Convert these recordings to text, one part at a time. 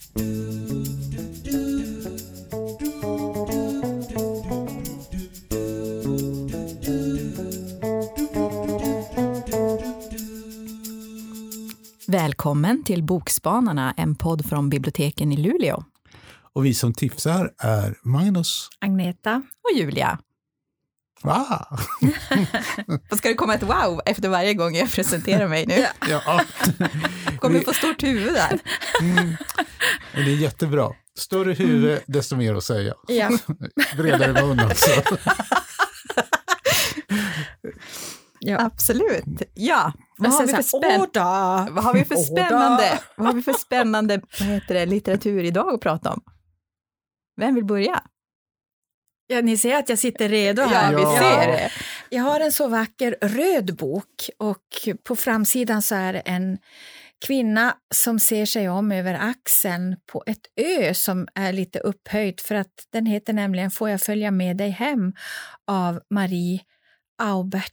Välkommen till Bokspanarna, en podd från biblioteken i Luleå. Och vi som tipsar är Magnus, Agneta och Julia. Wow! Ska det komma ett wow efter varje gång jag presenterar mig nu? Ja. Kommer få stort huvud där. Det är jättebra. Större huvud, desto mer att säga. Ja. Bredare mun också. Ja. Absolut. Ja. Vad har vi för spännande litteratur idag att prata om? Vem vill börja? Ja, ni ser att jag sitter redo här. Ja, vi ser det. Jag har en så vacker röd bok och på framsidan så är det en kvinna som ser sig om över axeln på ett ö som är lite upphöjt, för att den heter nämligen Får jag följa med dig hem av Marie Aubert.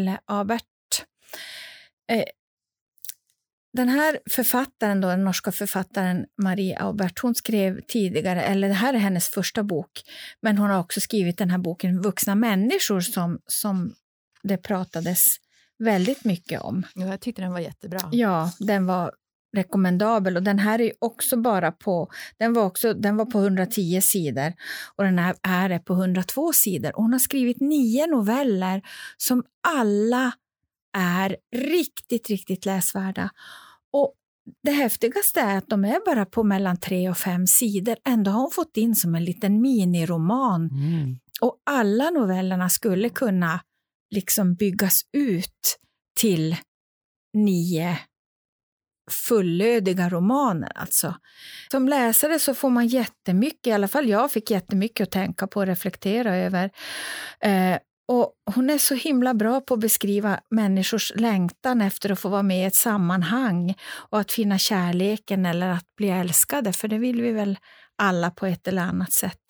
Den här författaren, den norska författaren Marie Aubert, hon skrev tidigare, eller det här är hennes första bok, men hon har också skrivit den här boken Vuxna människor som det pratades väldigt mycket om. Ja, jag tyckte den var jättebra. Ja, den var rekommendabel, och den här är också bara på, den var på 110 sidor och den här är på 102 sidor. Och hon har skrivit 9 noveller som alla är riktigt, riktigt läsvärda. Och det häftigaste är att de är bara på mellan 3 och 5 sidor. Ändå har hon fått in som en liten miniroman. Och alla novellerna skulle kunna liksom byggas ut till 9 fullödiga romaner. Alltså. Som läsare så får man jättemycket, i alla fall jag fick jättemycket att tänka på och reflektera över. Och hon är så himla bra på att beskriva människors längtan efter att få vara med i ett sammanhang och att finna kärleken eller att bli älskade, för det vill vi väl alla på ett eller annat sätt.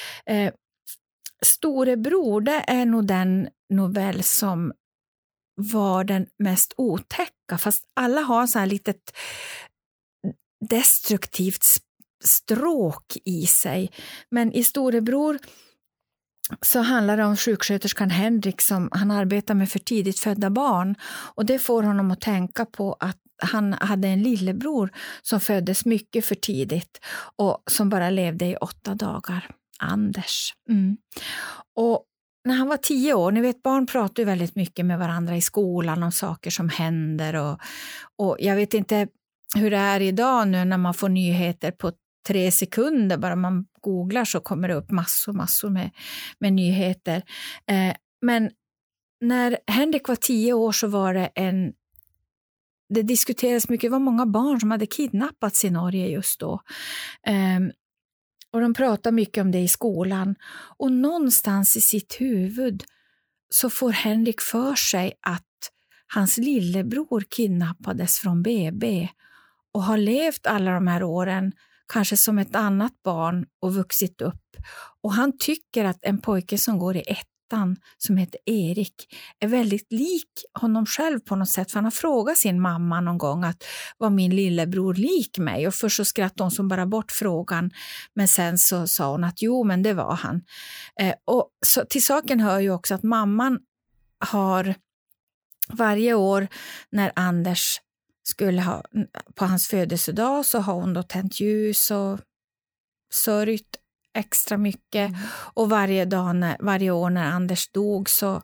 Storebror, det är nog den novell som var den mest otäcka, fast alla har så här litet destruktivt stråk i sig. Men i Storebror så handlar det om sjuksköterskan Henrik som han arbetar med för tidigt födda barn, och det får honom att tänka på att han hade en lillebror som föddes mycket för tidigt och som bara levde i 8 dagar, Anders. Och när han var 10 år, ni vet, barn pratar ju väldigt mycket med varandra i skolan om saker som händer, och jag vet inte hur det är idag nu när man får nyheter på 3 sekunder, bara man googlar så kommer det upp massor med nyheter. Men när Henrik var 10 år så var det diskuterades mycket, det var många barn som hade kidnappats i Norge just då. Och de pratar mycket om det i skolan. Och någonstans i sitt huvud så får Henrik för sig att hans lillebror kidnappades från BB och har levt alla de här åren kanske som ett annat barn och vuxit upp. Och han tycker att en pojke som går i 1:an som heter Erik är väldigt lik honom själv på något sätt. För han har frågat sin mamma någon gång att var min lillebror lik mig? Och först så skrattade hon som bara bort frågan. Men sen så sa hon att jo, men det var han. Och så, till saken hör ju också att mamman har varje år när Anders skulle ha på hans födelsedag så har hon då tänt ljus och sörjt extra mycket. Och varje år när Anders dog så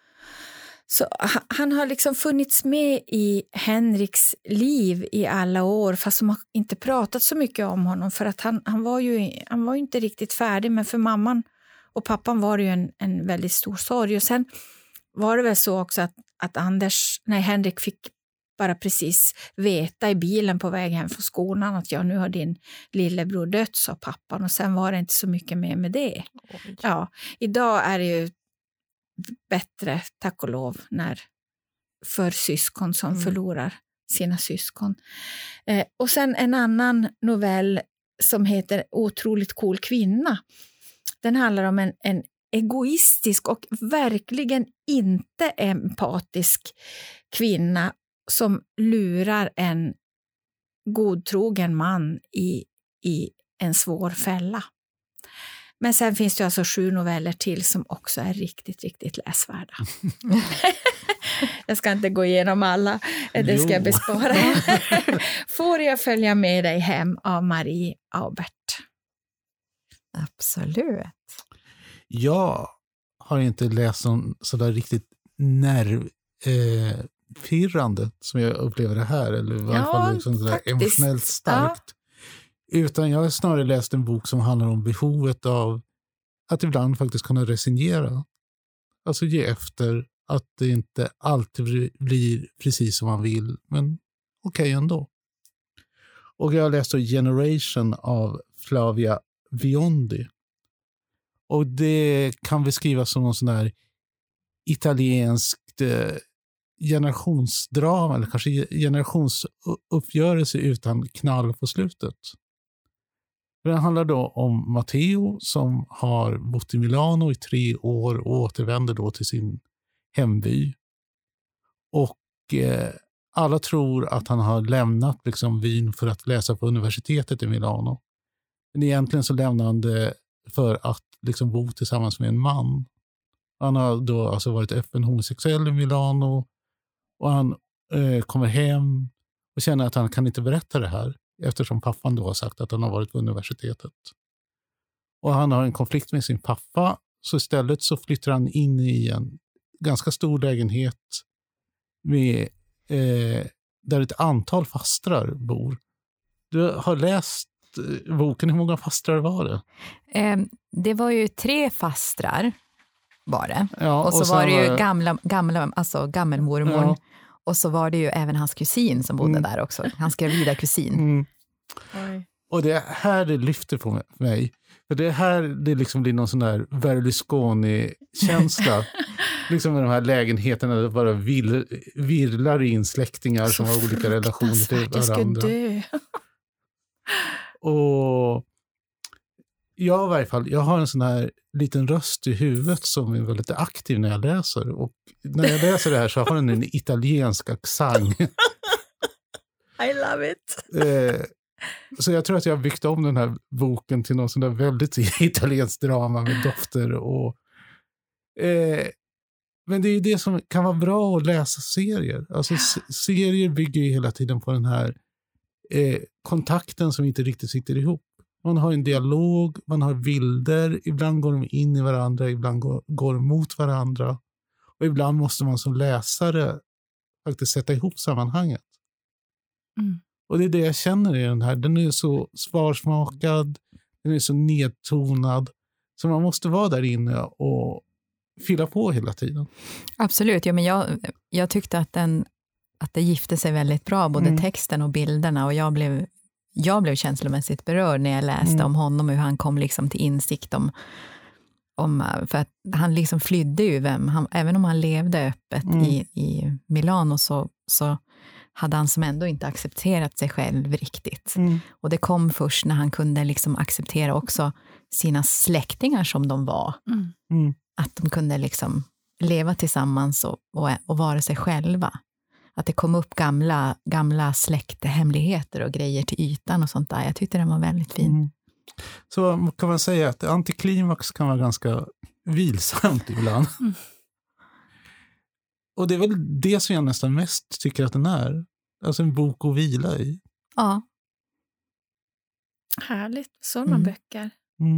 han har liksom funnits med i Henriks liv i alla år, fast de har inte pratat så mycket om honom för att han var ju inte riktigt färdig, men för mamman och pappan var det ju en väldigt stor sorg. Och sen var det väl så också att Henrik fick bara precis veta i bilen på väg hem från skolan att nu har din lillebror dött, sa pappan, och sen var det inte så mycket mer med det. Ja, idag är det ju bättre, tack och lov, för syskon som förlorar sina syskon. Och sen en annan novell som heter Otroligt cool kvinna. Den handlar om en egoistisk och verkligen inte empatisk kvinna som lurar en godtrogen man i en svår fälla. Men sen finns det alltså 7 noveller till som också är riktigt, riktigt läsvärda. Jag ska inte gå igenom alla, det ska jag bespara. Får jag följa med dig hem av Marie Aubert? Absolut. Jag har inte läst sådär riktigt nervfirrande som jag upplever det här. Eller i alla fall liksom sådär emotionellt starkt. Ja. Utan jag har snarare läst en bok som handlar om behovet av att ibland faktiskt kunna resignera. Alltså ge efter, att det inte alltid blir precis som man vill, men okej ändå. Och jag har läst Generation av Flavia Biondi. Och det kan beskrivas som någon sån här italienskt generationsdrama eller kanske generationsuppgörelse utan knall på slutet. Den handlar då om Matteo som har bott i Milano i 3 år och återvänder då till sin hemby. Och alla tror att han har lämnat liksom Wien för att läsa på universitetet i Milano. Men egentligen så lämnar han det för att liksom bo tillsammans med en man. Han har då alltså varit öppen homosexuell i Milano och han kommer hem och känner att han kan inte berätta det här eftersom pappan då har sagt att han har varit på universitetet. Och han har en konflikt med sin pappa, så istället så flyttar han in i en ganska stor lägenhet med, där ett antal fastrar bor. Du har läst boken, hur många fastrar var det? Det var ju 3 fastrar var det. Ja, och så var det ju gammelmormor. Ja. Och så var det ju även hans kusin som bodde där också. Hans gravida kusin. Mm. Och det här det lyfter på mig. För det här det liksom blir någon sån där Berlusconi-känsla. Liksom med de här lägenheterna där det bara virlar in släktingar så som har olika relationer till varandra. Dö. Och jag i varje fall, jag har en sån här liten röst i huvudet som är väldigt aktiv när jag läser. Och när jag läser det här så har den en italiensk accent. I love it. Så jag tror att jag har byggt om den här boken till någon sån där väldigt italiensk drama med dofter. Och, men det är ju det som kan vara bra att läsa serier. Alltså serier bygger ju hela tiden på den här kontakten som inte riktigt sitter ihop. Man har en dialog, man har bilder, ibland går de in i varandra, ibland går de mot varandra. Och ibland måste man som läsare faktiskt sätta ihop sammanhanget. Mm. Och det är det jag känner i den här. Den är så sparsmakad, den är så nedtonad. Så man måste vara där inne och fylla på hela tiden. Absolut, ja, men jag tyckte att det gifte sig väldigt bra, både texten och bilderna. Och jag blev känslomässigt berörd när jag läste om honom och hur han kom liksom till insikt om för att han liksom flydde ju även om han levde öppet i Milano så hade han som ändå inte accepterat sig själv riktigt. Och det kom först när han kunde liksom acceptera också sina släktingar som de var. Att de kunde liksom leva tillsammans och vara sig själva. Att det kom upp gamla släkthemligheter och grejer till ytan och sånt där. Jag tyckte den var väldigt fin. Så kan man säga att antiklimax kan vara ganska vilsamt ibland. Och det är väl det som jag nästan mest tycker att den är. Alltså en bok att vila i. Ja. Härligt. Sådana böcker.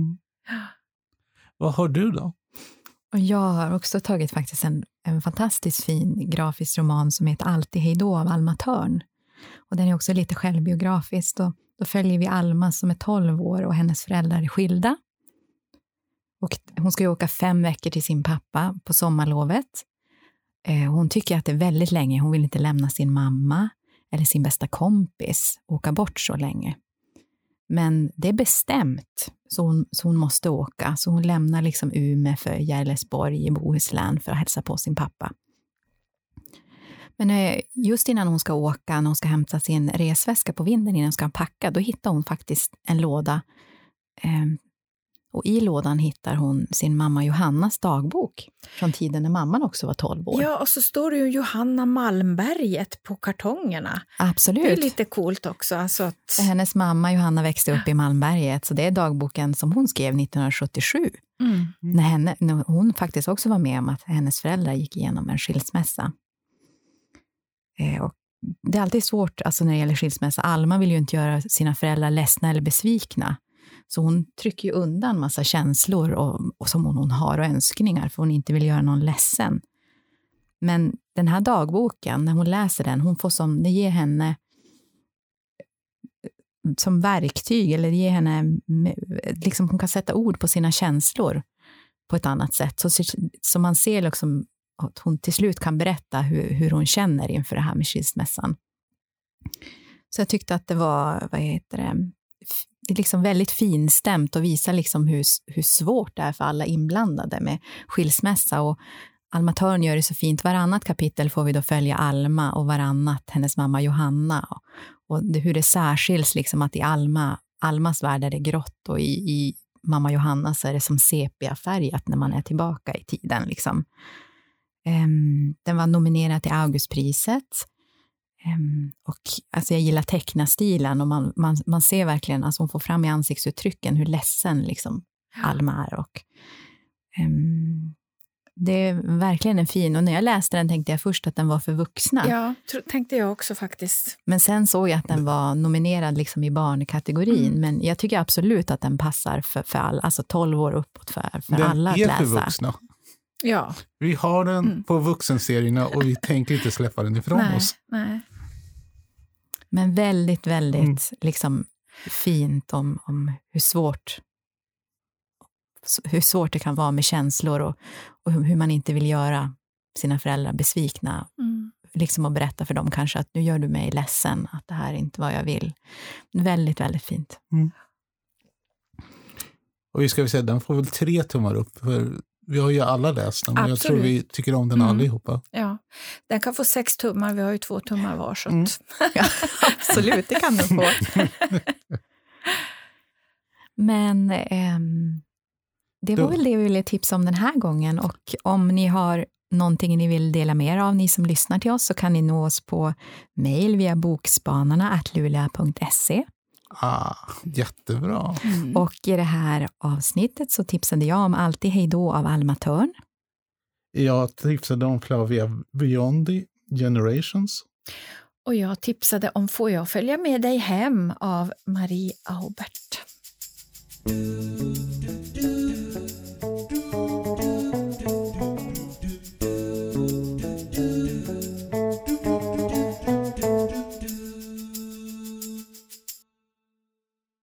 Vad har du då? Och jag har också tagit faktiskt en fantastiskt fin grafisk roman som heter Alltid hejdå av Alma Törn. Och den är också lite självbiografisk. Då följer vi Alma som är 12 år och hennes föräldrar är skilda. Och hon ska ju åka 5 veckor till sin pappa på sommarlovet. Hon tycker att det är väldigt länge. Hon vill inte lämna sin mamma eller sin bästa kompis och åka bort så länge. Men det är bestämt så hon måste åka. Så hon lämnar liksom Umeå för Järlesborg i Bohuslän för att hälsa på sin pappa. Men just innan hon ska åka, när hon ska hämta sin resväska på vinden innan hon ska packa, då hittar hon faktiskt en låda Och i lådan hittar hon sin mamma Johannas dagbok från tiden när mamman också var 12 år. Ja, och så står det ju Johanna Malmberget på kartongerna. Absolut. Det är lite coolt också. Alltså att... Hennes mamma Johanna växte upp i Malmberget, så det är dagboken som hon skrev 1977. När hon faktiskt också var med om att hennes föräldrar gick igenom en skilsmässa. Och det är alltid svårt alltså när det gäller skilsmässa. Alma vill ju inte göra sina föräldrar ledsna eller besvikna. Så hon trycker ju undan massa känslor och som hon har och önskningar för hon inte vill göra någon ledsen. Men den här dagboken, när hon läser den, hon får det ger henne som verktyg eller ger henne liksom hon kan sätta ord på sina känslor på ett annat sätt. Så man ser liksom att hon till slut kan berätta hur hon känner inför det här med skilsmässan. Så jag tyckte att det var, det är liksom väldigt finstämt och visar liksom hur svårt det är för alla inblandade med skilsmässa. Och Alma Törn gör det så fint. Varannat kapitel får vi då följa Alma och varannat hennes mamma Johanna. Och hur det särskiljs liksom att i Almas värld är det grått och i mamma Johanna så är det som sepia-färgat när man är tillbaka i tiden liksom. Den var nominerad till Augustpriset. Och alltså jag gillar tecknastilen och man ser verkligen, alltså hon får fram i ansiktsuttrycken hur ledsen liksom Alma är och det är verkligen en fin, och när jag läste den tänkte jag först att den var för vuxna. Ja, tänkte jag också faktiskt. Men sen såg jag att den var nominerad liksom i barnkategorin, men jag tycker absolut att den passar för alla, alltså 12 år uppåt för alla att läsa. Den är för vuxna. Ja. Vi har den på vuxenserierna och vi tänker inte släppa den ifrån oss. Nej. Men väldigt, väldigt liksom fint om hur svårt det kan vara med känslor och hur man inte vill göra sina föräldrar besvikna. Liksom att berätta för dem kanske att nu gör du mig ledsen, att det här är inte vad jag vill. Väldigt, väldigt fint. Och vi ska säga, den får väl 3 tummar upp för vi har ju alla läst den, men jag tror vi tycker om den allihopa. Ja, den kan få 6 tummar, vi har ju 2 tummar var. Så ja, absolut, det kan den få. Men det var väl det vi ville tipsa om den här gången. Och om ni har någonting ni vill dela med er av, ni som lyssnar till oss, så kan ni nå oss på mejl via bokspanarna@luleå.se. Jättebra. Och i det här avsnittet så tipsade jag om Alltid hejdå av Alma Törn. Jag tipsade om Flavia Biondi, Generations. Och jag tipsade om Får jag följa med dig hem av Marie Aubert.